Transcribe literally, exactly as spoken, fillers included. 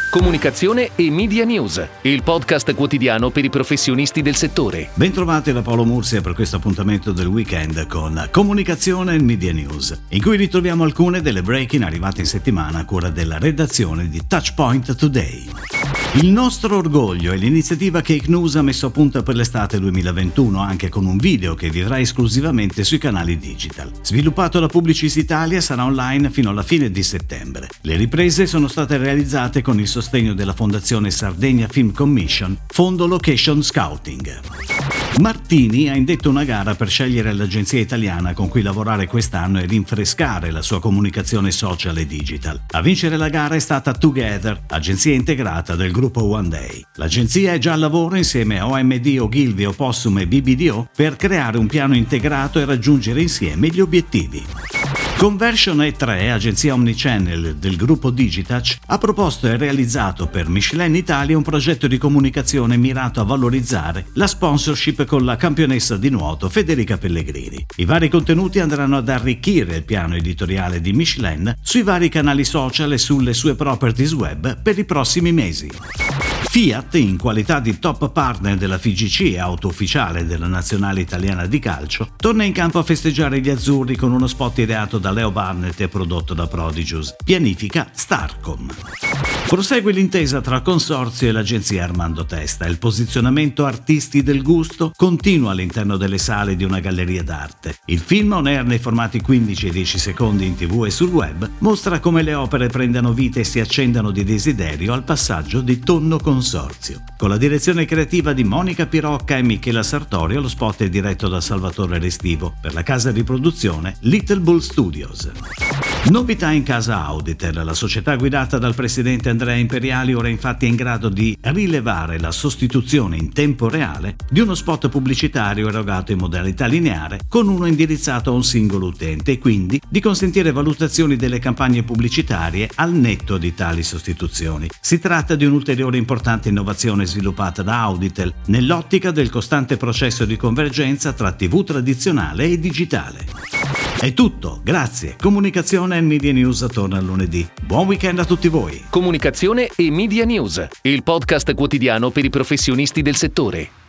Comunicazione e Media News, il podcast quotidiano per i professionisti del settore. Bentrovati da Paolo Mursia per questo appuntamento del weekend con Comunicazione e Media News, in cui ritroviamo alcune delle breaking arrivate in settimana a cura della redazione di Touchpoint Today. Il nostro orgoglio è l'iniziativa che Icnus ha messo a punto per l'estate duemilaventuno, anche con un video che vivrà esclusivamente sui canali digital. Sviluppato da Publicis Italia, sarà online fino alla fine di settembre. Le riprese sono state realizzate con il sostegno della Fondazione Sardegna Film Commission, Fondo Location Scouting. Martini ha indetto una gara per scegliere l'agenzia italiana con cui lavorare quest'anno e rinfrescare la sua comunicazione social e digital. A vincere la gara è stata Together, agenzia integrata del gruppo One Day. L'agenzia è già al lavoro insieme a O M D, Ogilvy, Opossum e B B D O per creare un piano integrato e raggiungere insieme gli obiettivi. Conversion E tre, agenzia omnichannel del gruppo Digitouch, ha proposto e realizzato per Michelin Italia un progetto di comunicazione mirato a valorizzare la sponsorship con la campionessa di nuoto Federica Pellegrini. I vari contenuti andranno ad arricchire il piano editoriale di Michelin sui vari canali social e sulle sue properties web per i prossimi mesi. Fiat, in qualità di top partner della F I G C e auto ufficiale della nazionale italiana di calcio, torna in campo a festeggiare gli azzurri con uno spot ideato da Leo Barnett e prodotto da Prodigious. Pianifica Starcom. Prosegue l'intesa tra Consorzio e l'agenzia Armando Testa. Il posizionamento artisti del gusto continua all'interno delle sale di una galleria d'arte. Il film on air nei formati quindici e dieci secondi in tv e sul web mostra come le opere prendano vita e si accendano di desiderio al passaggio di Tonno Consorzio. Con la direzione creativa di Monica Pirocca e Michela Sartorio, lo spot è diretto da Salvatore Restivo per la casa di produzione Little Bull Studios. Novità in casa Auditel. La società guidata dal presidente Andrea Imperiali ora infatti è in grado di rilevare la sostituzione in tempo reale di uno spot pubblicitario erogato in modalità lineare con uno indirizzato a un singolo utente e quindi di consentire valutazioni delle campagne pubblicitarie al netto di tali sostituzioni. Si tratta di un'ulteriore importante innovazione sviluppata da Auditel nell'ottica del costante processo di convergenza tra tivù tradizionale e digitale. È tutto, grazie. Comunicazione e Media News torna lunedì. Buon weekend a tutti voi. Comunicazione e Media News, il podcast quotidiano per i professionisti del settore.